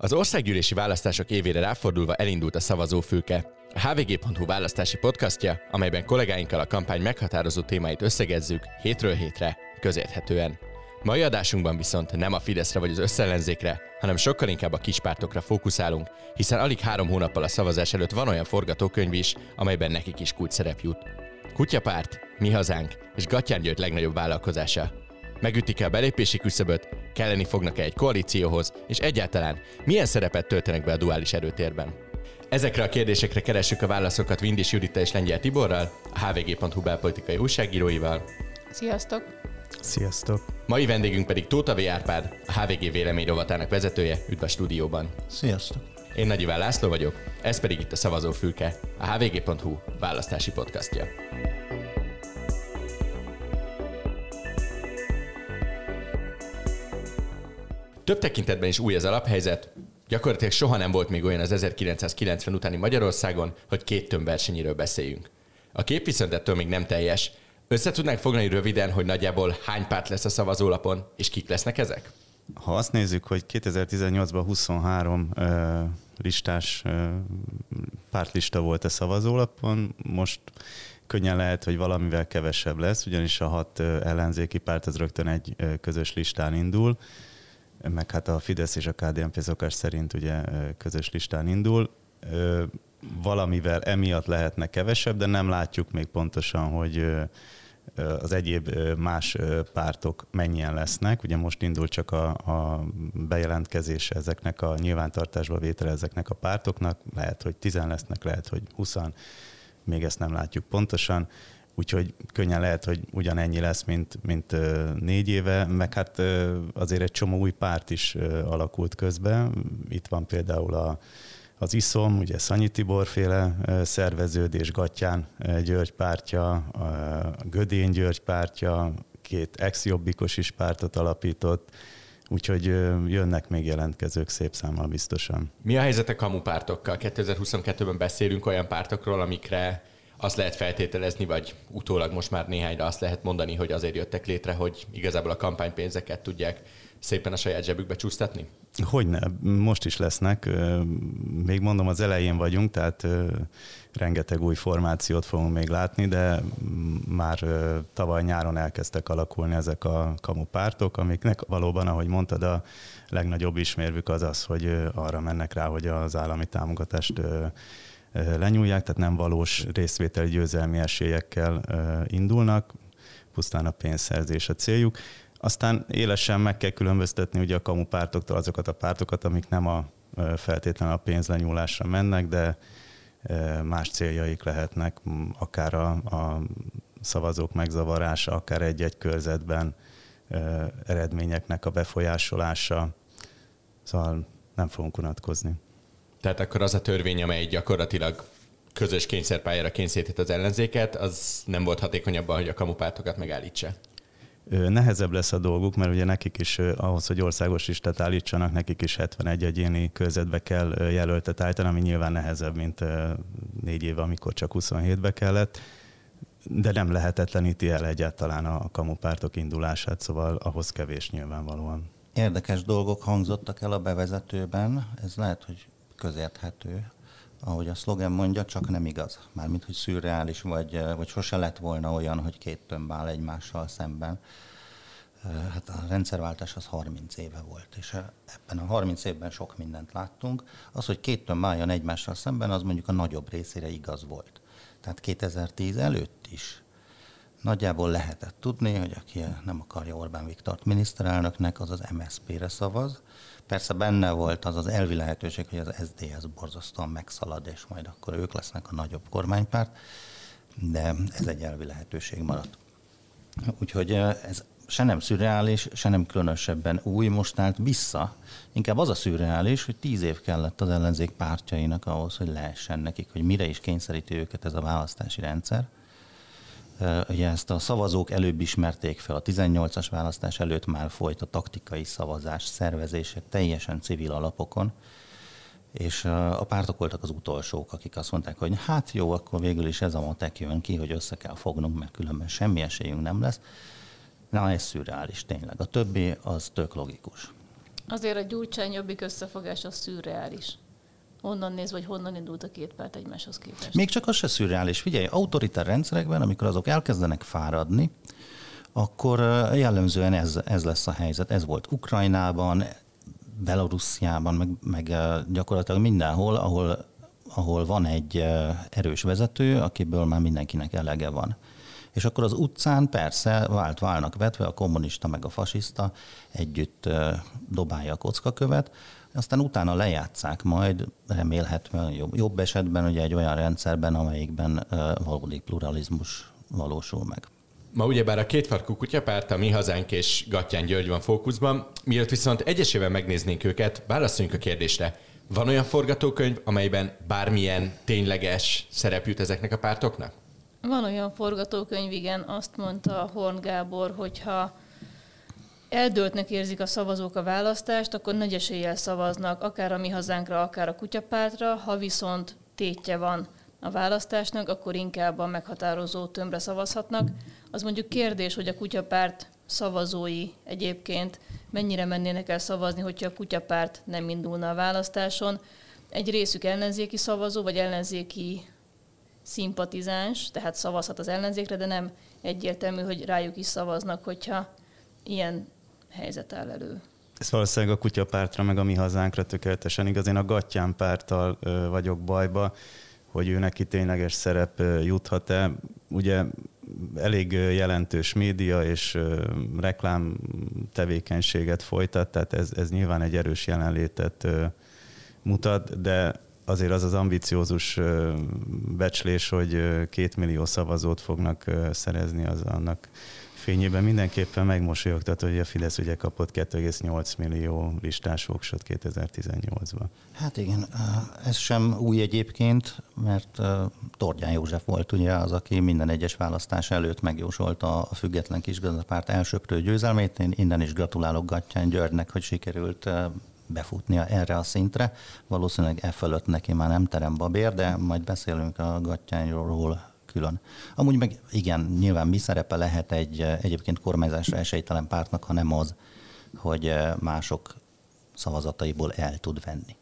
Az országgyűlési választások évére ráfordulva elindult a szavazófülke, a hvg.hu választási podcastja, amelyben kollégáinkkal a kampány meghatározó témáit összegezzük hétről hétre, közérthetően. Mai adásunkban viszont nem a Fideszre vagy az összellenzékre, hanem sokkal inkább a kispártokra fókuszálunk, hiszen alig 3 hónappal a szavazás előtt van olyan forgatókönyv is, amelyben nekik is kulcsszerep jut. Kutyapárt, Mi Hazánk és Gattyán György legnagyobb vállalkozása. Megütik-e a belépési küszöböt, kelleni fognak-e egy koalícióhoz, és egyáltalán milyen szerepet töltenek be a duális erőtérben? Ezekre a kérdésekre keressük a válaszokat Vindis Judita és Lengyel Tiborral, a hvg.hu belpolitikai újságíróival. Sziasztok! Sziasztok! Mai vendégünk pedig Tóth V. Árpád, a HVG vélemény rovatának vezetője, üdv a stúdióban. Sziasztok! Én Nagy Iván László vagyok, ez pedig itt a Szavazófülke, a hvg.hu választási podcastja. Több tekintetben is új az alaphelyzet. Gyakorlatilag soha nem volt még olyan az 1990 utáni Magyarországon, hogy 2 tömbversenyéről beszéljünk. A kép viszont ettől még nem teljes. Össze tudnánk foglalni röviden, hogy nagyjából hány párt lesz a szavazólapon, és kik lesznek ezek? Ha azt nézzük, hogy 2018-ban 23 listás pártlista volt a szavazólapon, most könnyen lehet, hogy valamivel kevesebb lesz, ugyanis a 6 ellenzéki párt az rögtön egy közös listán indul, meg hát a Fidesz és a KDNP szokás szerint ugye közös listán indul. Valamivel emiatt lehetne kevesebb, de nem látjuk még pontosan, hogy az egyéb más pártok mennyien lesznek. Ugye most indul csak a bejelentkezése ezeknek a nyilvántartásba vétele ezeknek a pártoknak. Lehet, hogy 10 lesznek, lehet, hogy 20, még ezt nem látjuk pontosan. Úgyhogy könnyen lehet, hogy ugyanennyi lesz, mint 4 éve, meg hát azért egy csomó új párt is alakult közben. Itt van például az ISZOM, ugye Szanyi Tibor féle szerveződés, Gattyán György pártja, a Gödény György pártja, 2 ex-jobbikos is pártot alapított, úgyhogy jönnek még jelentkezők szép számmal biztosan. Mi a helyzet a kamupártokkal? 2022-ben beszélünk olyan pártokról, amikre azt lehet feltételezni, vagy utólag most már néhányra azt lehet mondani, hogy azért jöttek létre, hogy igazából a kampánypénzeket tudják szépen a saját zsebükbe csúsztatni? Hogyne, most is lesznek. Még mondom, az elején vagyunk, tehát rengeteg új formációt fogunk még látni, de már tavaly nyáron elkezdtek alakulni ezek a kamupártok, amiknek valóban, ahogy mondtad, a legnagyobb ismérvük az, hogy arra mennek rá, hogy az állami támogatást lenyúlják, tehát nem valós részvételi győzelmi esélyekkel indulnak, pusztán a pénzszerzés a céljuk. Aztán élesen meg kell különböztetni ugye a kamupártoktól azokat a pártokat, amik nem feltétlenül a pénzlenyúlásra mennek, de más céljaik lehetnek, akár a szavazók megzavarása, akár egy-egy körzetben eredményeknek a befolyásolása. Szóval nem fogunk unatkozni. Tehát akkor az a törvény, amely gyakorlatilag közös kényszerpályára kényszerített az ellenzéket, az nem volt hatékonyabban, hogy a kamupártokat megállítsa? Nehezebb lesz a dolguk, mert ugye nekik is ahhoz, hogy országos listát állítsanak, nekik is 71 egyéni körzetbe kell jelöltet állítani, ami nyilván nehezebb, mint 4 éve, amikor csak 27-be kellett, de nem lehetetleníti el egyáltalán a kamupártok indulását, szóval ahhoz kevés nyilvánvalóan. Érdekes dolgok hangzottak el a bevezetőben, ez lehet, hogy közérthető, ahogy a szlogen mondja, csak nem igaz. Mármint, hogy szürreális, vagy sose lett volna olyan, hogy 2 tömb áll egymással szemben. Hát a rendszerváltás az 30 éve volt, és ebben a 30 évben sok mindent láttunk. Az, hogy 2 tömb álljon egymással szemben, az mondjuk a nagyobb részére igaz volt. Tehát 2010 előtt is nagyjából lehetett tudni, hogy aki nem akarja Orbán Viktort miniszterelnöknek, az az MSZP-re szavaz. Persze benne volt az elvi lehetőség, hogy az SZDSZ borzasztóan megszalad, és majd akkor ők lesznek a nagyobb kormánypárt, de ez egy elvi lehetőség maradt. Úgyhogy ez se nem szürreális, se nem különösebben új, most állt vissza. Inkább az a szürreális, hogy 10 év kellett az ellenzék pártjainak ahhoz, hogy lehessen nekik, hogy mire is kényszeríti őket ez a választási rendszer. Ugye ezt a szavazók előbb ismerték fel, a 18-as választás előtt már folyt a taktikai szavazás szervezése teljesen civil alapokon, és a pártok voltak az utolsók, akik azt mondták, hogy hát jó, akkor végül is ez a matek jön ki, hogy össze kell fognunk, mert különben semmi esélyünk nem lesz. Na, ez szürreális tényleg. A többi az tök logikus. Azért a Gyurcsány-Jobbik összefogás az szürreális. Onnan nézve, hogy honnan indult a két párt egymáshoz képest. Még csak az se szürreális. Figyelj, autoritár rendszerekben, amikor azok elkezdenek fáradni, akkor jellemzően ez lesz a helyzet. Ez volt Ukrajnában, Belorussziában, meg gyakorlatilag mindenhol, ahol van egy erős vezető, akiből már mindenkinek elege van. És akkor az utcán persze válnak vetve a kommunista meg a fasiszta együtt dobálja a kockakövet, aztán utána lejátsszák majd remélhetően jobb esetben ugye egy olyan rendszerben, amelyikben valódi pluralizmus valósul meg. Ma ugyebár a kétfarkú kutyapárt, a Mi Hazánk és Gattyán György van fókuszban, mielőtt viszont egyesével megnéznénk őket, válaszoljunk a kérdésre. Van olyan forgatókönyv, amelyben bármilyen tényleges szerep jut ezeknek a pártoknak? Van olyan forgatókönyv, igen, azt mondta Horn Gábor, hogyha eldőltnek érzik a szavazók a választást, akkor nagy eséllyel szavaznak akár a Mi Hazánkra, akár a kutyapártra, ha viszont tétje van a választásnak, akkor inkább a meghatározó tömbre szavazhatnak. Az mondjuk kérdés, hogy a kutyapárt szavazói egyébként mennyire mennének el szavazni, hogyha a kutyapárt nem indulna a választáson. Egy részük ellenzéki szavazó, vagy ellenzéki szimpatizáns, tehát szavazhat az ellenzékre, de nem egyértelmű, hogy rájuk is szavaznak, hogyha ilyen helyzet áll elő. Ez valószínűleg a kutyapártra, meg a Mi Hazánkra tökéletesen igaz. Én a Gattyán párttal vagyok bajba, hogy ő neki tényleges szerep juthat-e. Ugye elég jelentős média és reklám tevékenységet folytat, tehát ez nyilván egy erős jelenlétet mutat, de azért az ambiciózus becslés, hogy 2 millió szavazót fognak szerezni, az annak fényében mindenképpen megmosolyogtat, hogy a Fidesz ugye kapott 2,8 millió listás voksot 2018-ban. Hát igen, ez sem új egyébként, mert Tordján József volt ugye az, aki minden egyes választás előtt megjósolta a független kisgazdapárt elsöprő győzelmét. Én innen is gratulálok Gattyán Györgynek, hogy sikerült befutnia erre a szintre. Valószínűleg fölött neki már nem terem babér, de majd beszélünk a Gattyánról külön. Amúgy meg igen, nyilván mi szerepe lehet egy egyébként kormányzásra esélytelen pártnak, ha nem az, hogy mások szavazataiból el tud venni.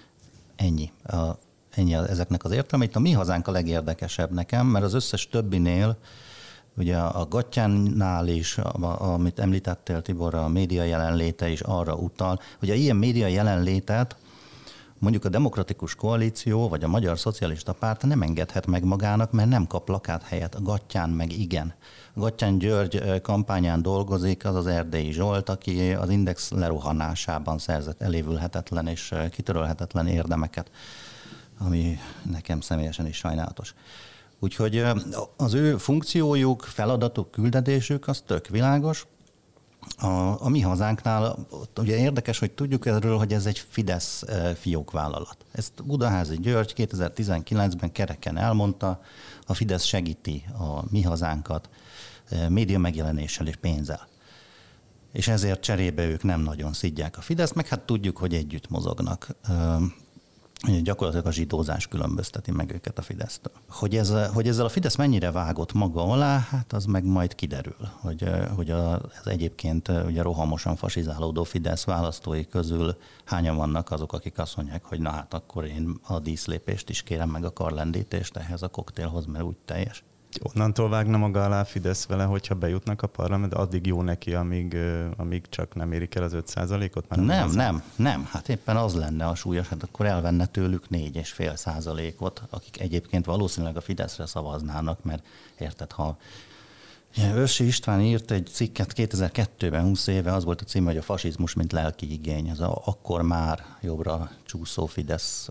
Ennyi ezeknek az értelme. Itt a Mi Hazánk a legérdekesebb nekem, mert az összes többinél, ugye a Gattyánnál is, amit említettél Tibor, a média jelenléte is arra utal, hogy a ilyen média jelenlétet mondjuk a Demokratikus Koalíció vagy a Magyar Szocialista Párt nem engedhet meg magának, mert nem kap plakáthelyet. A Gattyán meg igen. A Gattyán György kampányán dolgozik, az Erdélyi Zsolt, aki az Index lerohanásában szerzett elévülhetetlen és kitörölhetetlen érdemeket, ami nekem személyesen is sajnálatos. Úgyhogy az ő funkciójuk, feladatuk, küldetésük az tök világos. A Mi Hazánknál ugye érdekes, hogy tudjuk erről, hogy ez egy Fidesz fiókvállalat. Ezt Budaházy György 2019-ben kereken elmondta, a Fidesz segíti a Mi Hazánkat média megjelenéssel és pénzzel. És ezért cserébe ők nem nagyon szidják a Fideszt, meg hát tudjuk, hogy együtt mozognak. Gyakorlatilag a zsidózás különbözteti meg őket a Fidesztől. Hogy ezzel a Fidesz mennyire vágott maga alá, hát az meg majd kiderül, hogy ez egyébként ugye rohamosan fasizálódó Fidesz választói közül hányan vannak azok, akik azt mondják, hogy na hát akkor én a díszlépést is kérem, meg a karlendítést ehhez a koktélhoz, mert úgy teljes. Onnantól vágna maga alá Fidesz vele, hogyha bejutnak a parlament, addig jó neki, amíg csak nem érik el az 5%-ot? Nem. Hát éppen az lenne a súlyos, hát akkor elvenne tőlük 4,5%-ot, akik egyébként valószínűleg a Fideszre szavaznának, mert érted, ha Őrsi István írt egy cikket 2002-ben, 20 éve, az volt a címe, hogy a fasizmus, mint lelki igény. Ez akkor már jobbra csúszó Fidesz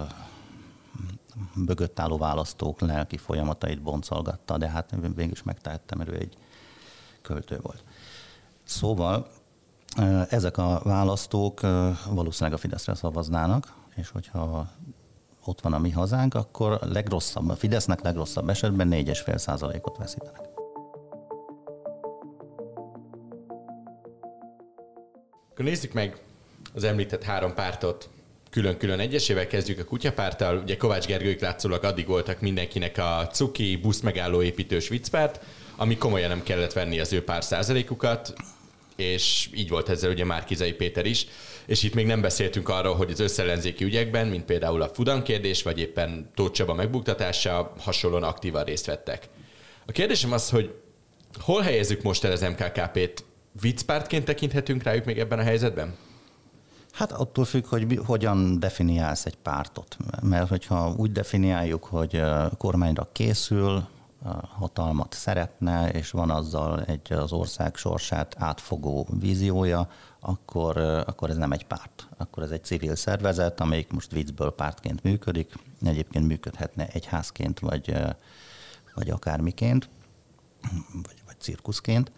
mögött álló választók lelki folyamatait boncolgatta, de hát végülis megtehettem, mert ő egy költő volt. Szóval ezek a választók valószínűleg a Fideszre szavaznának, és hogyha ott van a Mi Hazánk, akkor a Fidesznek legrosszabb esetben 4,5%-ot veszítenek. Akkor nézzük meg az említett három pártot külön-külön egyesével. Kezdjük a kutyapárttal. Ugye Kovács Gergők látszólag addig voltak mindenkinek a cuki, buszmegállóépítős viccpárt, ami komolyan nem kellett venni az ő pár százalékukat, és így volt ezzel ugye Márki-Zay Péter is. És itt még nem beszéltünk arról, hogy az összellenzéki ügyekben, mint például a Fudan kérdés, vagy éppen Tóth Csaba megbuktatása hasonlóan aktívan részt vettek. A kérdésem az, hogy hol helyezzük most el az MKKP-t? Viccpártként tekinthetünk rájuk még ebben a helyzetben? Hát attól függ, hogy hogyan definiálsz egy pártot. Mert hogyha úgy definiáljuk, hogy kormányra készül, hatalmat szeretne, és van azzal az ország sorsát átfogó víziója, akkor ez nem egy párt. Akkor ez egy civil szervezet, amelyik most viccből pártként működik. Egyébként működhetne egyházként, vagy akármiként, vagy cirkuszként.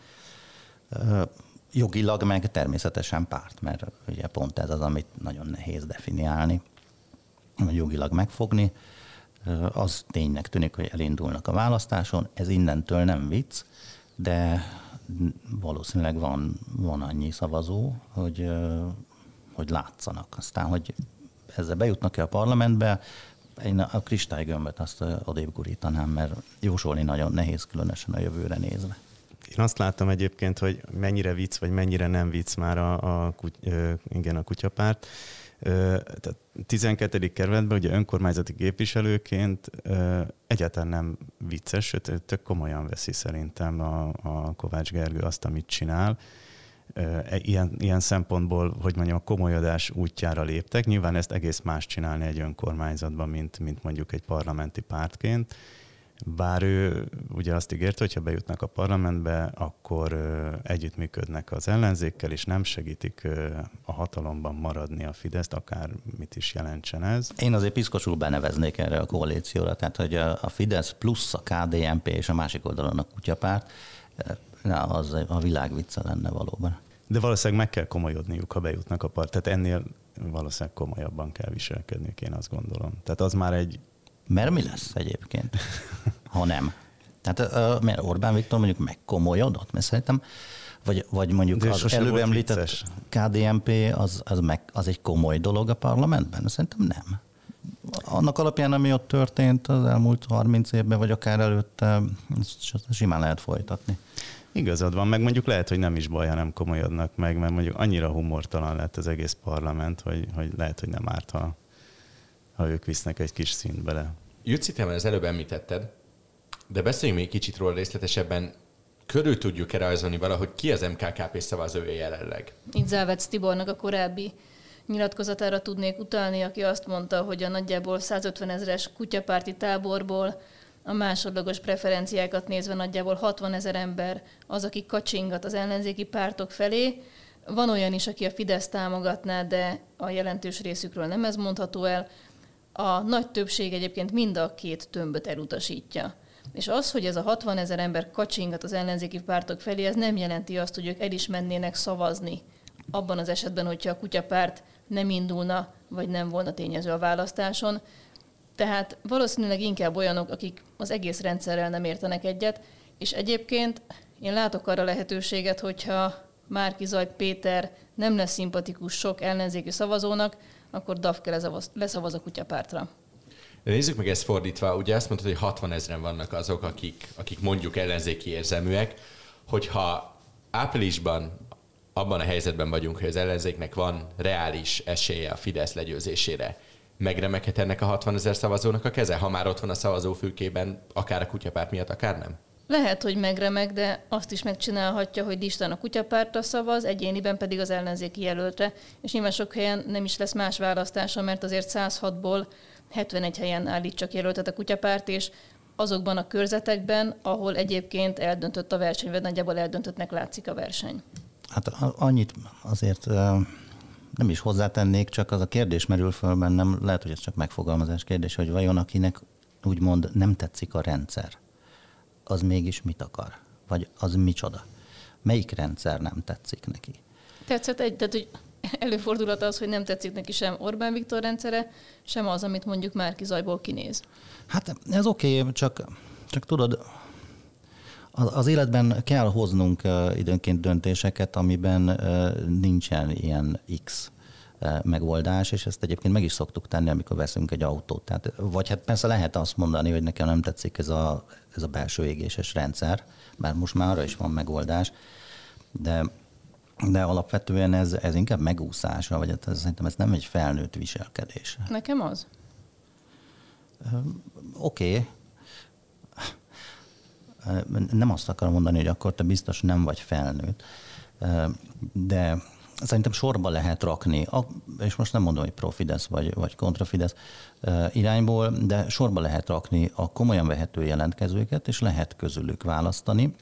Jogilag meg természetesen párt, mert ugye pont ez az, amit nagyon nehéz definiálni, vagy jogilag megfogni. Az tényleg tűnik, hogy elindulnak a választáson, ez innentől nem vicc, de valószínűleg van annyi szavazó, hogy látszanak. Aztán, hogy ezzel bejutnak-e a parlamentbe, én a kristálygömböt azt odébb gurítanám, mert jósolni nagyon nehéz, különösen a jövőre nézve. Én azt láttam egyébként, hogy mennyire vicc, vagy mennyire nem vicc már a kutyapárt. Tehát 12. kerületben ugye önkormányzati képviselőként egyáltalán nem vicces, sőt, tök komolyan veszi szerintem a Kovács Gergő azt, amit csinál. Ilyen szempontból, hogy mondjam, a komolyodás útjára léptek. Nyilván ezt egész más csinálni egy önkormányzatban, mint mondjuk egy parlamenti pártként. Bár ő ugye azt ígérte, hogy ha bejutnak a parlamentbe, akkor együttműködnek az ellenzékkel, és nem segítik a hatalomban maradni a Fideszt, akár mit is jelentsen ez. Én azért piszkosul beneveznék erre a koalícióra, tehát hogy a Fidesz plusz a KDNP és a másik oldalon a kutyapárt, az a világ vicce lenne valóban. De valószínűleg meg kell komolyodniuk, ha bejutnak a tehát ennél valószínűleg komolyabban kell viselkedniük, én azt gondolom. Tehát az már egy... Mert mi lesz egyébként, ha nem? Tehát mert Orbán Viktor mondjuk megkomolyodott, mert szerintem, vagy mondjuk az előbb említett KDNP, az egy komoly dolog a parlamentben? Szerintem nem. Annak alapján, ami ott történt az elmúlt 30 évben, vagy akár előtte, simán lehet folytatni. Igazad van, meg mondjuk lehet, hogy nem is baj, ha nem komolyodnak meg, mert mondjuk annyira humortalan lett az egész parlament, hogy lehet, hogy nem árt, ha ők visznek egy kis színt bele. Jützi, te már az előbb említetted, de beszéljünk még kicsit róla részletesebben. Körül tudjuk-e rajzolni valahogy ki az MKKP szavazója jelenleg? Itt Závec Tibornak a korábbi nyilatkozatára tudnék utalni, aki azt mondta, hogy a nagyjából 150 000-es kutyapárti táborból a másodlagos preferenciákat nézve nagyjából 60 000 ember az, aki kacsingat az ellenzéki pártok felé. Van olyan is, aki a Fidesz támogatná, de a jelentős részükről nem ez mondható el. A nagy többség egyébként mind a két tömböt elutasítja. És az, hogy ez a 60 000 ember kacsingat az ellenzéki pártok felé, ez nem jelenti azt, hogy ők el is mennének szavazni. Abban az esetben, hogyha a kutyapárt nem indulna, vagy nem volna tényező a választáson. Tehát valószínűleg inkább olyanok, akik az egész rendszerrel nem értenek egyet, és egyébként én látok arra lehetőséget, hogyha Márki-Zay Péter nem lesz szimpatikus sok ellenzéki szavazónak, akkor Dafke leszavaz a kutyapártra. De nézzük meg ezt fordítva, ugye azt mondtad, hogy 60 000-en vannak azok, akik mondjuk ellenzéki érzelműek, hogyha áprilisban abban a helyzetben vagyunk, hogy az ellenzéknek van reális esélye a Fidesz legyőzésére, megremeghet ennek a 60 000 szavazónak a keze, ha már ott van a szavazófülkében, akár a kutyapárt miatt, akár nem? Lehet, hogy megremeg, de azt is megcsinálhatja, hogy listán a kutyapártra szavaz, egyéniben pedig az ellenzéki jelöltre, és nyilván sok helyen nem is lesz más választása, mert azért 106-ból 71 helyen állít csak jelöltet a kutyapárt, és azokban a körzetekben, ahol egyébként eldöntött a verseny, vagy nagyjából eldöntöttnek látszik a verseny. Hát annyit azért nem is hozzátennék, csak az a kérdés merül föl bennem, lehet, hogy ez csak megfogalmazás kérdés, hogy vajon akinek úgymond nem tetszik a rendszer, az mégis mit akar? Vagy az micsoda? Melyik rendszer nem tetszik neki? Tehát hogy előfordulhat az, hogy nem tetszik neki sem Orbán Viktor rendszere, sem az, amit mondjuk Márki-Zayból kinéz. Hát ez oké, csak tudod, az életben kell hoznunk időnként döntéseket, amiben nincsen ilyen X megoldás, és ezt egyébként meg is szoktuk tenni, amikor veszünk egy autót. Tehát, vagy hát persze lehet azt mondani, hogy nekem nem tetszik ez a belső égéses rendszer, bár most már arra is van megoldás, de De alapvetően ez inkább megúszásra, vagy szerintem ez nem egy felnőtt viselkedés. Nekem az. Oké. Nem azt akarom mondani, hogy akkor te biztos nem vagy felnőtt, de szerintem sorba lehet rakni, és most nem mondom, hogy pro-Fidesz vagy kontra-Fidesz irányból, de sorba lehet rakni a komolyan vehető jelentkezőket, és lehet közülük választani.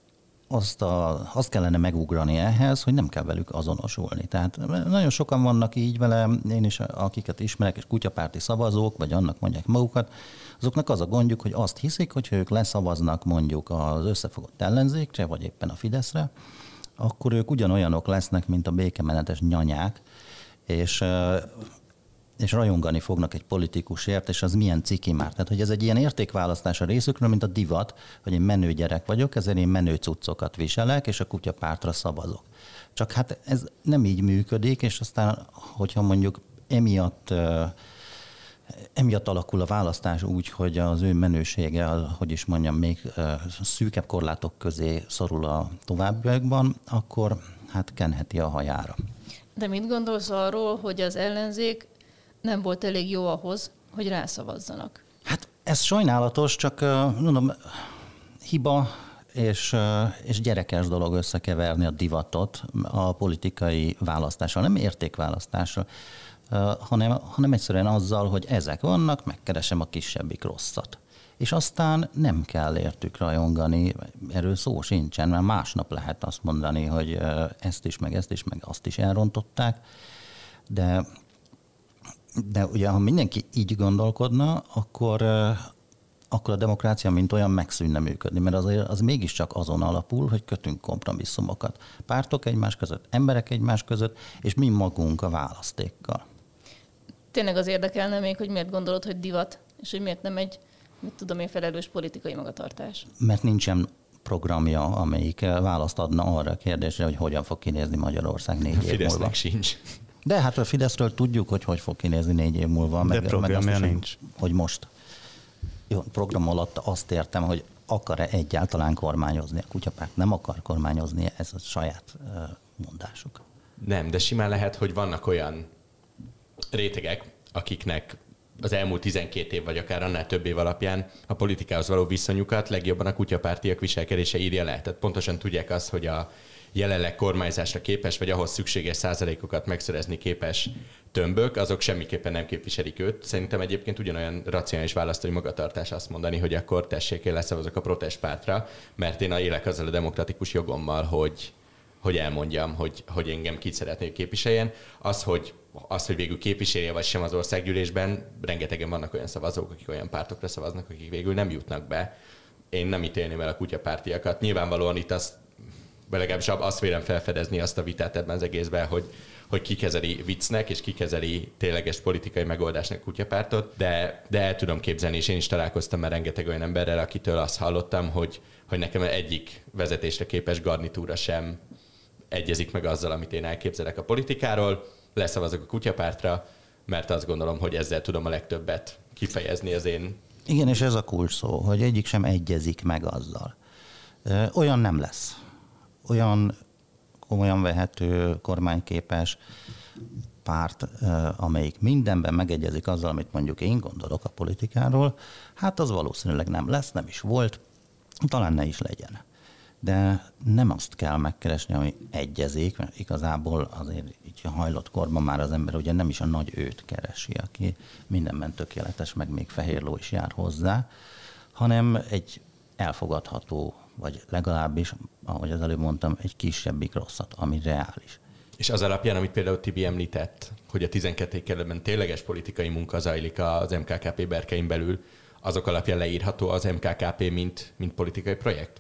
Azt kellene megugrani ehhez, hogy nem kell velük azonosulni. Tehát nagyon sokan vannak így vele, én is, akiket ismerek, és kutyapárti szavazók, vagy annak mondják magukat, azoknak az a gondjuk, hogy azt hiszik, hogyha ők leszavaznak mondjuk az összefogott ellenzékre, vagy éppen a Fideszre, akkor ők ugyanolyanok lesznek, mint a békemenetes nyanyák, és rajongani fognak egy politikusért, és az milyen ciki már. Tehát, hogy ez egy ilyen értékválasztás a részükről, mint a divat, hogy én menő gyerek vagyok, ezért én menő cuccokat viselek, és a kutyapártra szavazok. Csak hát ez nem így működik, és aztán, hogyha mondjuk emiatt alakul a választás úgy, hogy az ő menősége, hogy is mondjam, még szűkebb korlátok közé szorul a továbbiakban, akkor hát kenheti a hajára. De mit gondolsz arról, hogy az ellenzék nem volt elég jó ahhoz, hogy rászavazzanak? Hát ez sajnálatos, csak mondom, hiba és gyerekes dolog összekeverni a divatot a politikai választással, nem értékválasztással, hanem egyszerűen azzal, hogy ezek vannak, megkeresem a kisebbik rosszat. És aztán nem kell értük rajongani, erről szó sincsen, mert másnap lehet azt mondani, hogy ezt is, meg azt is elrontották, de ugye, ha mindenki így gondolkodna, akkor a demokrácia mint olyan megszűnne működni, mert azért az mégiscsak azon alapul, hogy kötünk kompromisszumokat. Pártok egymás között, emberek egymás között, és mi magunk a választékkal. Tényleg az érdekelne még, hogy miért gondolod, hogy divat, és hogy miért nem egy, felelős politikai magatartás? Mert nincsen programja, amelyik választ adna arra a kérdésre, hogy hogyan fog kinézni Magyarország 4 év múlva. Fidesznek sincs. De hát a Fideszről tudjuk, hogy fog kinézni 4 év múlva. De programja nincs. Hogy most. Jó, program alatt azt értem, hogy akar-e egyáltalán kormányozni. A kutyapárt nem akar kormányozni, ez a saját mondásuk. Nem, de simán lehet, hogy vannak olyan rétegek, akiknek az elmúlt 12 év, vagy akár annál több év alapján a politikához való viszonyukat legjobban a kutyapártiak viselkedése írja le. Tehát pontosan tudják azt, hogy a jelenleg kormányzásra képes, vagy ahhoz szükséges százalékokat megszerezni képes tömbök, azok semmiképpen nem képviselik őt. Szerintem egyébként ugyanolyan racionális választói magatartás azt mondani, hogy akkor tessék, én leszavazok a protestpártra, mert én élek azzal a demokratikus jogommal, hogy elmondjam, hogy engem kit szeretnék képviseljen. Az, hogy végül képviselje vagy sem az országgyűlésben, rengetegen vannak olyan szavazók, akik olyan pártokra szavaznak, akik végül nem jutnak be. Én nem ítélném el a kutyapártiakat. Nyilvánvalóan itt legalábbis azt vélem felfedezni azt a vitát ebben az egészben, hogy ki kezeli viccnek, és ki kezeli tényleges politikai megoldásnak kutyapártot, de el tudom képzelni, és én is találkoztam már rengeteg olyan emberrel, akitől azt hallottam, hogy nekem egyik vezetésre képes garnitúra sem egyezik meg azzal, amit én elképzelek a politikáról, leszavazok a kutyapártra, mert azt gondolom, hogy ezzel tudom a legtöbbet kifejezni az én... Igen, és ez a kulcs szó, hogy egyik sem egyezik meg azzal. Olyan nem lesz. Olyan komolyan vehető, kormányképes párt, amelyik mindenben megegyezik azzal, amit mondjuk én gondolok a politikáról, hát az valószínűleg nem lesz, nem is volt, talán ne is legyen. De nem azt kell megkeresni, ami egyezik, mert igazából azért így hajlott korban már az ember ugye nem is a nagy őt keresi, aki mindenben tökéletes, meg még fehér ló is jár hozzá, hanem egy elfogadható, vagy legalábbis, ahogy az előbb mondtam, egy kisebbik rosszat, ami reális. És az alapján, amit például Tibi említett, hogy a 12. kerületben tényleges politikai munka zajlik az MKKP berkein belül, azok alapján leírható az MKKP, mint politikai projekt?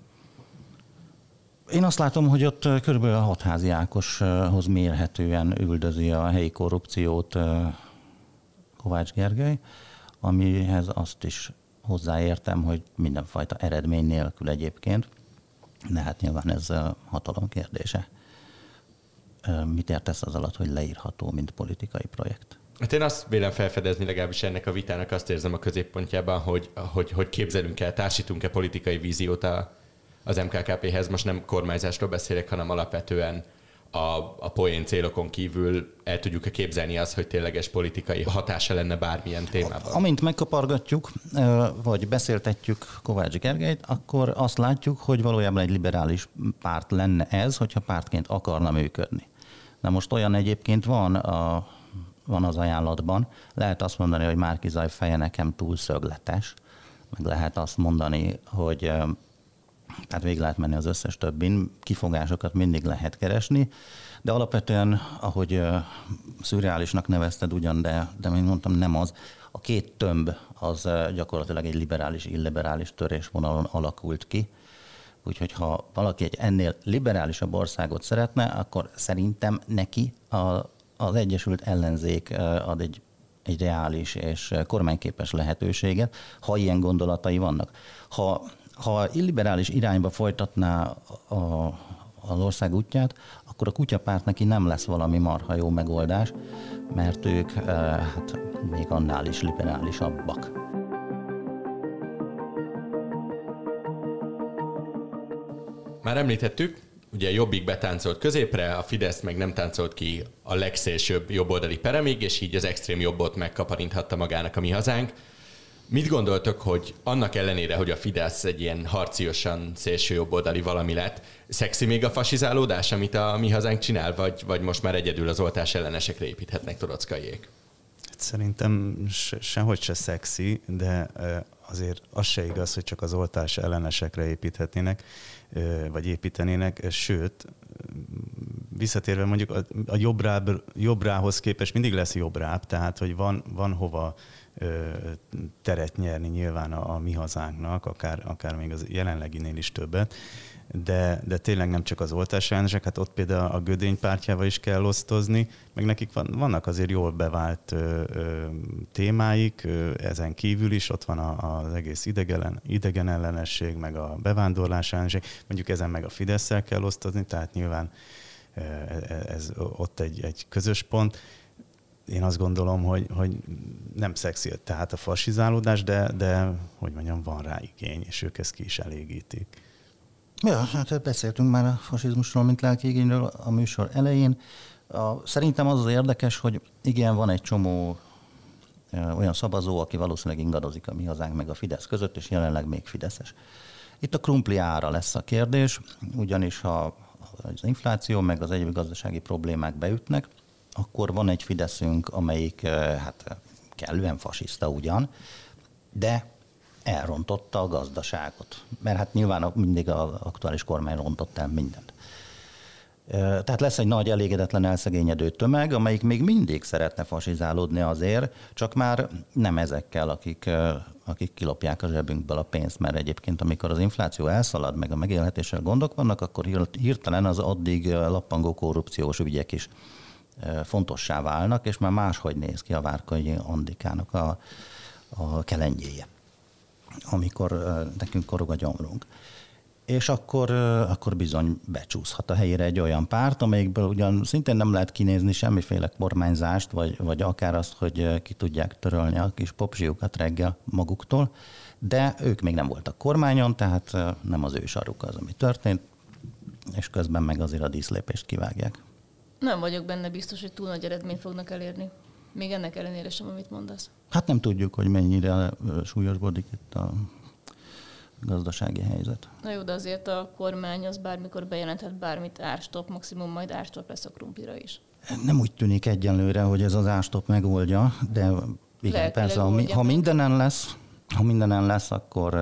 Én azt látom, hogy ott körülbelül a Hatházi Ákoshoz mérhetően üldözi a helyi korrupciót Kovács Gergely, amihez azt is hozzáértem, hogy mindenfajta eredmény nélkül egyébként, de hát nyilván ez hatalom kérdése. Mit értesz az alatt, hogy leírható, mint politikai projekt? Hát én azt vélem felfedezni, legalábbis ennek a vitának azt érzem a középpontjában, hogy képzelünk el, társítunk-e politikai víziót az MKKP-hez. Most nem kormányzásról beszélek, hanem alapvetően a poén célokon kívül el tudjuk-e képzelni azt, hogy tényleges politikai hatása lenne bármilyen témában? Amint megkapargatjuk, vagy beszéltetjük Kovács Gergelyt, akkor azt látjuk, hogy valójában egy liberális párt lenne ez, hogyha pártként akarna működni. Na most olyan egyébként van az ajánlatban. Lehet azt mondani, hogy Márki-Zay feje nekem túl szögletes, meg lehet azt mondani, hogy hát végig lehet menni az összes többin, kifogásokat mindig lehet keresni, de alapvetően, ahogy szürreálisnak nevezted ugyan, de mint mondtam, nem az. A két tömb az gyakorlatilag egy liberális-illeberális törésvonalon alakult ki. Úgyhogy ha valaki egy ennél liberálisabb országot szeretne, akkor szerintem neki az Egyesült Ellenzék ad egy reális és kormányképes lehetőséget, ha ilyen gondolatai vannak. Ha illiberális irányba folytatná az ország útját, akkor a kutyapárt neki nem lesz valami marha jó megoldás, mert ők hát még annál is liberálisabbak. Már említettük, ugye Jobbik betáncolt középre, a Fidesz meg nem táncolt ki a legszélsőbb jobboldali peremig, és így az extrém jobbot megkaparinthatta magának a Mi Hazánk. Mit gondoltok, hogy annak ellenére, hogy a Fidesz egy ilyen harciosan szélső jobboldali valami lett, szexi még a fasizálódás, amit a Mi Hazánk csinál, vagy most már egyedül az oltás ellenesekre építhetnek Torockaiék? Szerintem sehogy se szexi, de azért az se igaz, hogy csak az oltás ellenesekre építhetnének, vagy építenének, sőt, visszatérve mondjuk a jobbrához képest mindig lesz jobbrább, tehát hogy van hova teret nyerni nyilván a Mi Hazánknak, akár még az jelenleginél is többet, de tényleg nem csak az oltás ellenesek, hát ott például a Gödény pártjával is kell osztozni, meg nekik vannak azért jól bevált témáik, ezen kívül is ott van az egész idegen ellenesség, meg a bevándorlás ellenesség, mondjuk ezen meg a Fidesszel kell osztozni, tehát nyilván ez ott egy közös pont. Én azt gondolom, hogy nem szexi tehát a fasizálódás, de hogy mondjam, van rá igény, és ők ezt ki is elégítik. Ja, hát beszéltünk már a fasizmusról, mint lelkiigényről a műsor elején. Szerintem az érdekes, hogy igen, van egy csomó olyan szavazó, aki valószínűleg ingadozik a Mi Hazánk meg a Fidesz között, és jelenleg még fideszes. Itt a krumpli ára lesz a kérdés, ugyanis ha az infláció meg az egyéb gazdasági problémák beütnek, akkor van egy Fideszünk, amelyik hát kellően fasiszta ugyan, de elrontotta a gazdaságot. Mert hát nyilván mindig az aktuális kormány rontott el mindent. Tehát lesz egy nagy elégedetlen elszegényedő tömeg, amelyik még mindig szeretne fasizálódni azért, csak már nem ezekkel, akik kilopják a zsebünkből a pénzt, mert egyébként amikor az infláció elszalad, meg a megélhetéssel gondok vannak, akkor hirtelen az addig lappangó korrupciós ügyek is fontossá válnak, és már máshogy néz ki a Várkonyi Andikának a kelengyéje, amikor nekünk korog a gyomrunk. És akkor bizony becsúszhat a helyére egy olyan párt, amelyikből ugyan szintén nem lehet kinézni semmiféle kormányzást, vagy akár azt, hogy ki tudják törölni a kis popzsiukat reggel maguktól, de ők még nem voltak kormányon, tehát nem az ő saruk az, ami történt, és közben meg azért a díszlépést kivágják. Nem vagyok benne biztos, hogy túl nagy eredményt fognak elérni. Még ennek ellenére sem, amit mondasz. Hát nem tudjuk, hogy mennyire súlyosbodik itt a gazdasági helyzet. Na jó, de azért a kormány az bármikor bejelenthet bármit, árstop, maximum majd árstop lesz a krumplira is. Nem úgy tűnik egyenlőre, hogy ez az árstop megoldja, de igen, persze, ha mindenen lesz, akkor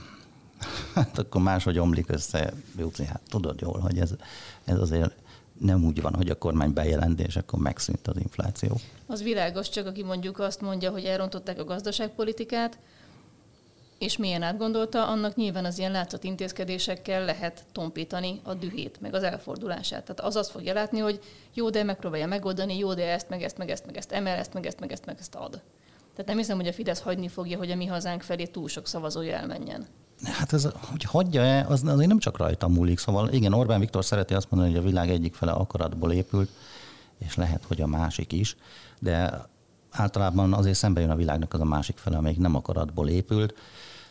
akkor máshogy omlik össze. Hát tudod jól, hogy ez azért nem úgy van, hogy a kormány bejelent, és akkor megszűnt az infláció. Az világos, csak aki mondjuk azt mondja, hogy elrontották a gazdaságpolitikát, és milyen átgondolta, annak nyilván az ilyen látszat intézkedésekkel lehet tompítani a dühét, meg az elfordulását. Tehát az azt fogja látni, hogy jó, de megpróbálja megoldani, jó, de ezt, meg ezt, meg ezt, meg ezt emel, ezt, meg ezt, meg ezt, meg ezt ad. Tehát nem hiszem, hogy a Fidesz hagyni fogja, hogy a Mi Hazánk felé túl sok szavazója elmenjen. Hát ez, hogy hagyja-e, az azért nem csak rajta múlik. Szóval igen, Orbán Viktor szereti azt mondani, hogy a világ egyik fele akaratból épült, és lehet, hogy a másik is, de általában azért szembe jön a világnak az a másik fele, amelyik nem akaratból épült.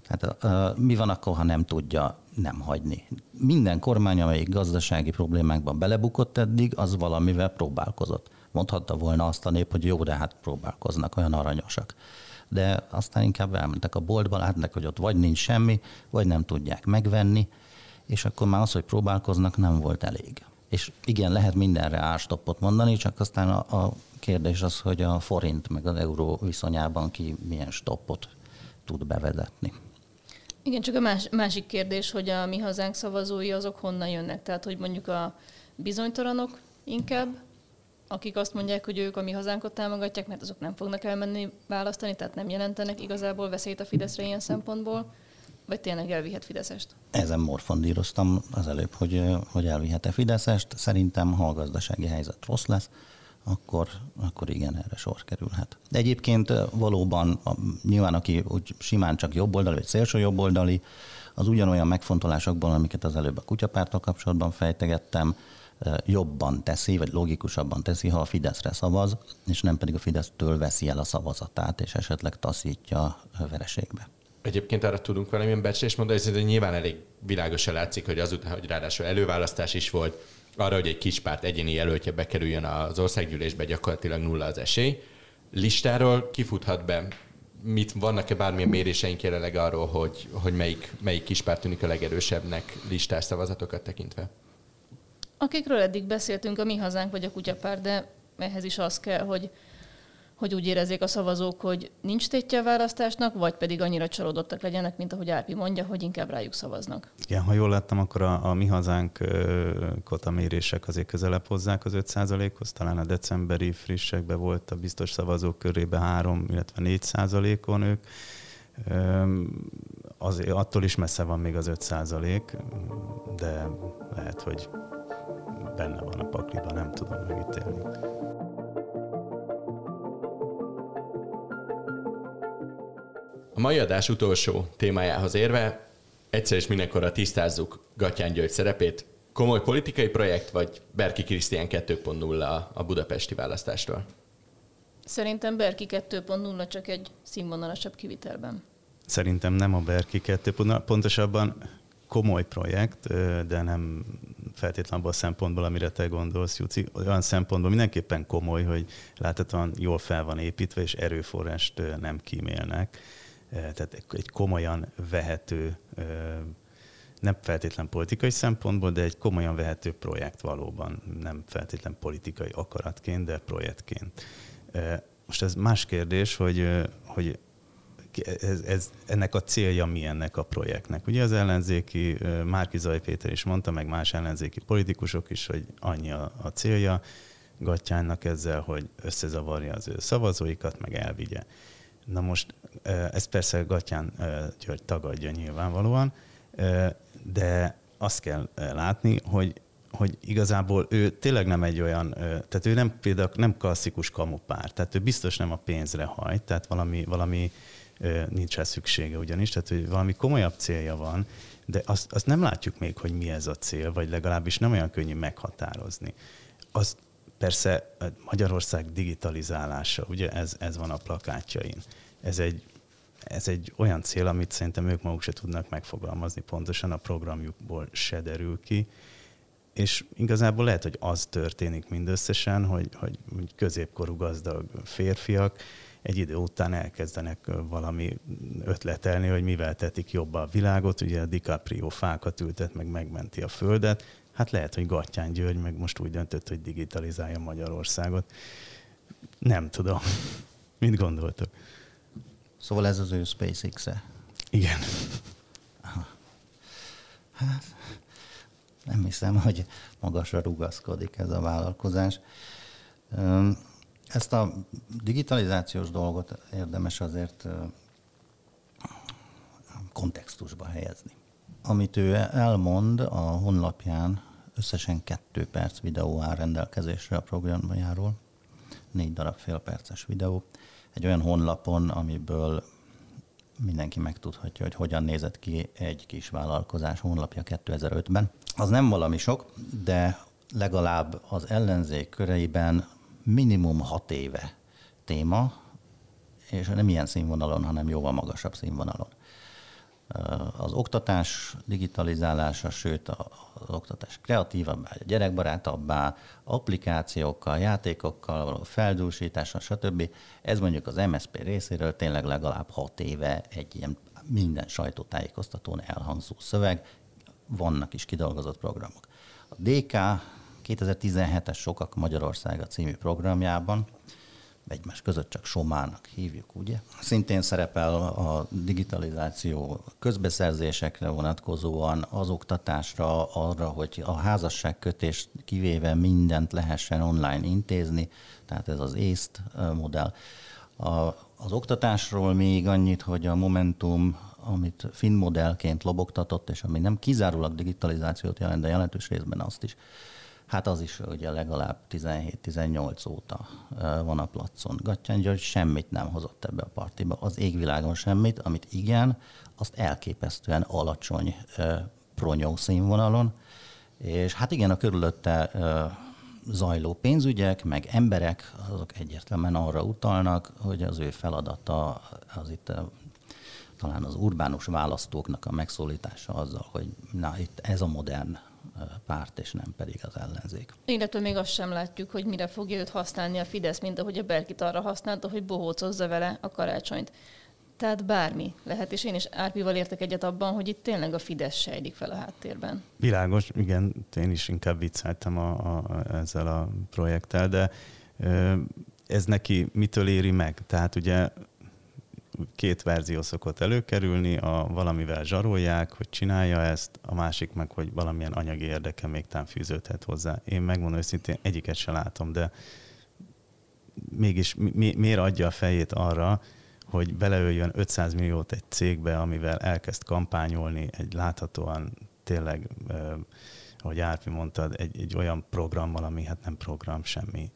Hát mi van akkor, ha nem tudja nem hagyni? Minden kormány, amelyik gazdasági problémákban belebukott eddig, az valamivel próbálkozott. Mondhatta volna azt a nép, hogy jó, de hát próbálkoznak, olyan aranyosak. De aztán inkább elmentek a boltba, látnak, hogy ott vagy nincs semmi, vagy nem tudják megvenni, és akkor már az, hogy próbálkoznak, nem volt elég. És igen, lehet mindenre árstoppot mondani, csak aztán a kérdés az, hogy a forint meg az euró viszonyában ki milyen stoppot tud bevezetni. Igen, csak a másik kérdés, hogy a Mi Hazánk szavazói azok honnan jönnek. Tehát, hogy mondjuk a bizonytalanok inkább, akik azt mondják, hogy ők a Mi Hazánkot támogatják, mert azok nem fognak elmenni választani, tehát nem jelentenek igazából veszélyt a Fideszre ilyen szempontból, vagy tényleg elvihet Fideszest? Ezen morfondíroztam az előbb, hogy elvihet-e Fideszest. Szerintem, ha a gazdasági helyzet rossz lesz, akkor igen, erre sor kerülhet. De egyébként valóban nyilván, aki úgy simán csak jobboldali, vagy szélső jobboldali, az ugyanolyan megfontolásokból, amiket az előbb a kutyapárttal kapcsolatban fejtegettem, jobban teszi, vagy logikusabban teszi, ha a Fideszre szavaz, és nem pedig a Fidesztől veszi el a szavazatát, és esetleg taszítja vereségbe. Egyébként arra tudunk valamilyen becslést mondani, hogy nyilván elég világosan látszik, hogy azután, hogy ráadásul előválasztás is volt, arra, hogy egy kis párt egyéni jelöltje bekerüljön az országgyűlésbe, gyakorlatilag nulla az esély. Listáról kifuthat be, vannak-e bármilyen méréseink jelenleg arról, hogy melyik kis párt tűnik a legerősebbnek listás szavazatokat tekintve? Akikről eddig beszéltünk, a Mi Hazánk vagy a Kutyapárt, de ehhez is az kell, hogy úgy érezzék a szavazók, hogy nincs tétje a választásnak, vagy pedig annyira csalódottak legyenek, mint ahogy Árpi mondja, hogy inkább rájuk szavaznak. Igen, ha jól láttam, akkor a Mi Hazánkot a mérések azért közelebb hozzák az 5%-hoz. Talán a decemberi frissekben volt a biztos szavazók körében 3, illetve 4%-on ők. Azért attól is messze van még az 5%, de lehet, hogy benne van a pakliban, nem tudom megítélni. A mai adás utolsó témájához érve, egyszer és mindenkorra tisztázzuk Gattyán György szerepét. Komoly politikai projekt, vagy Berki Krisztián 2.0 a budapesti választásról? Szerintem Berki 2.0 csak egy színvonalasabb kivitelben. Szerintem nem a Berki 2.0, pontosabban komoly projekt, de nem feltétlenül abban a szempontból, amire te gondolsz, Juci. Olyan szempontból mindenképpen komoly, hogy láthatóan jól fel van építve, és erőforrást nem kímélnek. Tehát egy komolyan vehető, nem feltétlen politikai szempontból, de egy komolyan vehető projekt valóban, nem feltétlen politikai akaratként, de projektként. Most ez más kérdés, hogy ennek a célja mi ennek a projektnek. Ugye az ellenzéki, Márki-Zay Péter is mondta, meg más ellenzéki politikusok is, hogy annyi a célja Gattyánnak ezzel, hogy összezavarja az ő szavazóikat, meg elvigye. Na most ezt persze Gattyán György tagadja nyilvánvalóan, de azt kell látni, hogy igazából ő tényleg nem egy olyan, tehát ő nem például nem klasszikus kamupárt, tehát ő biztos nem a pénzre hajt, tehát valami nincs rá szüksége ugyanis, tehát hogy valami komolyabb célja van, de azt nem látjuk még, hogy mi ez a cél, vagy legalábbis nem olyan könnyű meghatározni. Az persze Magyarország digitalizálása, ugye ez van a plakátjain. Ez egy olyan cél, amit szerintem ők maguk se tudnak megfogalmazni pontosan, a programjukból se derül ki, és igazából lehet, hogy az történik mindösszesen, hogy középkorú gazdag férfiak egy idő után elkezdenek valami ötletelni, hogy mivel tetik jobba a világot. Ugye a DiCaprio fákat ültet, meg megmenti a földet. Hát lehet, hogy Gattyán György meg most úgy döntött, hogy digitalizálja Magyarországot. Nem tudom. Mit gondoltok? Szóval ez az ő SpaceX-e? Igen. Hát, nem hiszem, hogy magasra rugaszkodik ez a vállalkozás. Ezt a digitalizációs dolgot érdemes azért kontextusba helyezni. Amit ő elmond a honlapján, összesen 2 perc videó áll rendelkezésre a programjáról, 4 darab félperces videó. Egy olyan honlapon, amiből mindenki megtudhatja, hogy hogyan nézett ki egy kis vállalkozás honlapja 2005-ben. Az nem valami sok, de legalább az ellenzék köreiben minimum 6 éve téma, és nem ilyen színvonalon, hanem jóval magasabb színvonalon. Az oktatás digitalizálása, sőt az oktatás kreatívabbá, gyerekbarátabbá, applikációkkal, játékokkal való feldúsítása, stb. Ez mondjuk az MSZP részéről tényleg legalább 6 éve egy ilyen minden sajtótájékoztatón elhangzó szöveg, vannak is kidolgozott programok. A DK 2017-es Sokak Magyarországa című programjában, egymás között csak Somának hívjuk, ugye? Szintén szerepel a digitalizáció közbeszerzésekre vonatkozóan, az oktatásra, arra, hogy a házasságkötést kivéve mindent lehessen online intézni, tehát ez az észt modell. Az oktatásról még annyit, hogy a Momentum, amit finn modellként lobogtatott, és ami nem kizárólag digitalizációt jelent, de jelentős részben azt is, hát az is ugye legalább 17-18 óta van a placon. Gattyán György semmit nem hozott ebbe a partiba, az égvilágon semmit, amit igen, azt elképesztően alacsony pronyó színvonalon, és hát igen, a körülötte zajló pénzügyek, meg emberek, azok egyértelműen arra utalnak, hogy az ő feladata az itt talán az urbánus választóknak a megszólítása azzal, hogy na itt ez a modern párt, és nem pedig az ellenzék. Illetve még azt sem látjuk, hogy mire fogja őt használni a Fidesz, mint ahogy a Berkit arra használta, hogy bohócozza vele a karácsonyt. Tehát bármi lehet, és én is Árpival értek egyet abban, hogy itt tényleg a Fidesz sejlik fel a háttérben. Világos, igen, én is inkább vicceltem ezzel a projekttel, de ez neki mitől éri meg? Tehát ugye 2 verzió szokott előkerülni, valamivel zsarolják, hogy csinálja ezt, a másik meg, hogy valamilyen anyagi érdeke még talán fűződhet hozzá. Én megmondom őszintén, egyiket se látom, de mégis miért adja a fejét arra, hogy beleöljön 500 milliót egy cégbe, amivel elkezd kampányolni egy láthatóan tényleg, ahogy Árpi mondtad, egy olyan programmal, ami hát nem program, semmi.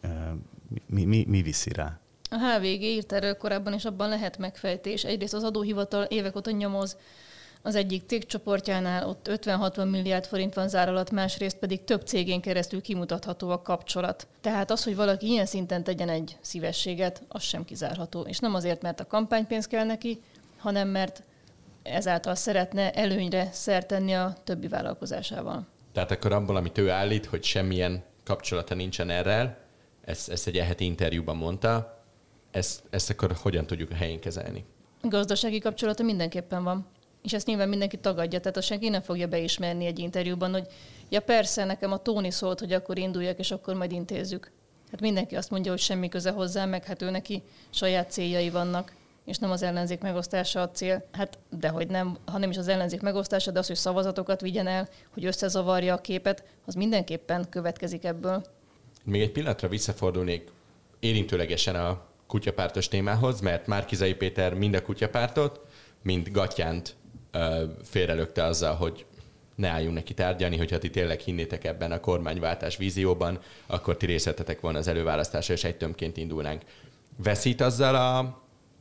Mi viszi rá? A HVG írt erről korábban, és abban lehet megfejtés. Egyrészt az adóhivatal évek óta nyomoz az egyik cégcsoportjánál, ott 50-60 milliárd forint van zár alatt, másrészt pedig több cégén keresztül kimutatható a kapcsolat. Tehát az, hogy valaki ilyen szinten tegyen egy szívességet, az sem kizárható. És nem azért, mert a kampánypénz kell neki, hanem mert ezáltal szeretne előnyre szert tenni a többi vállalkozásával. Tehát akkor abból, amit ő állít, hogy semmilyen kapcsolata nincsen erről, ezt egy elheti interjúban mondta, ezt akkor hogyan tudjuk a helyén kezelni? Gazdasági kapcsolata mindenképpen van. És ezt nyilván mindenki tagadja, tehát azt senki nem fogja beismerni egy interjúban, hogy ja persze, nekem a Tóni szólt, hogy akkor induljak, és akkor majd intézzük. Hát mindenki azt mondja, hogy semmi köze hozzá, meg hát ő neki saját céljai vannak, és nem az ellenzék megosztása a cél. Hát dehogy nem, ha nem is az ellenzék megosztása, de az, hogy szavazatokat vigyen el, hogy összezavarja a képet, az mindenképpen következik ebből. Még egy pillanatra visszafordulnék érintőlegesen a kutyapártos témához, mert Márki-Zay Péter mind a kutyapártot, mind Gattyánt félrelökte azzal, hogy ne álljunk neki tárgyalni, hogyha ti tényleg hinnétek ebben a kormányváltás vízióban, akkor ti részletetek volna az előválasztásra, és egy tömbként indulnánk. Veszít azzal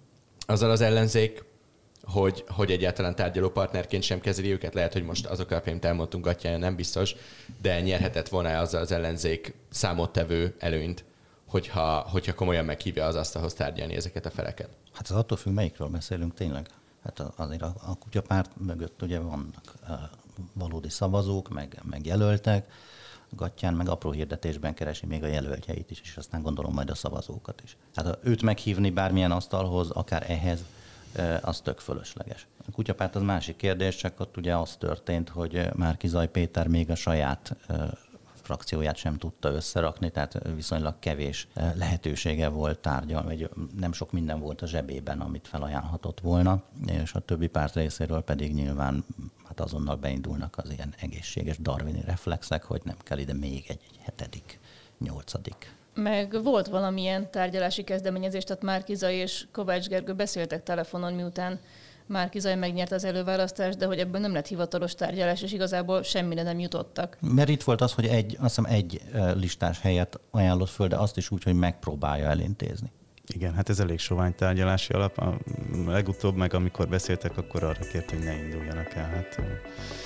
az ellenzék, hogy egyáltalán tárgyalópartnerként sem kezeli őket? Lehet, hogy most azok alapján, amit elmondtunk, Gattyán nem biztos, de nyerhetett volna azzal az ellenzék számottevő előnyt, hogyha komolyan meghívja az asztalhoz tárgyalni ezeket a feleket? Hát az attól függ, melyikről beszélünk tényleg. Hát azért a kutyapárt mögött ugye vannak valódi szavazók, meg jelöltek, Gattyán meg apró hirdetésben keresi még a jelöltjeit is, és aztán gondolom majd a szavazókat is. Hát őt meghívni bármilyen asztalhoz, akár ehhez, az tök fölösleges. A kutyapárt az másik kérdés, csak ott ugye az történt, hogy Márki-Zay Péter még a saját frakcióját sem tudta összerakni, tehát viszonylag kevés lehetősége volt tárgyalni, vagy nem sok minden volt a zsebében, amit felajánlhatott volna, és a többi párt részéről pedig nyilván hát azonnal beindulnak az ilyen egészséges darwini reflexek, hogy nem kell ide még egy 7., 8. Meg volt valamilyen tárgyalási kezdeményezés, tehát Márki-Zay és Kovács Gergő beszéltek telefonon, miután Márki-Zay megnyerte az előválasztást, de hogy ebből nem lett hivatalos tárgyalás, és igazából semmire nem jutottak. Mert itt volt az, hogy azt hiszem egy listás helyet ajánlott föl, de azt is úgy, hogy megpróbálja elintézni. Igen, hát ez elég sovány tárgyalási alap. A legutóbb meg, amikor beszéltek, akkor arra kért, hogy ne induljanak el. Hát, igen.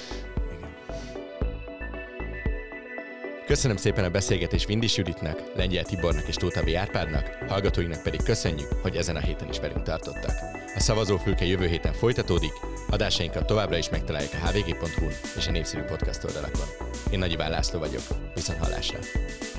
Köszönöm szépen a beszélgetést Vindis Juditnak, Lengyel Tibornak és Tóthavi Árpádnak, hallgatóinknak pedig köszönjük, hogy ezen a héten is velünk tartottak. A szavazófülke jövő héten folytatódik, Adásainkat továbbra is megtalálják a hvg.hu-n és a népszerű podcast oldalakon. Én Nagy Iván László vagyok, viszont hallásra!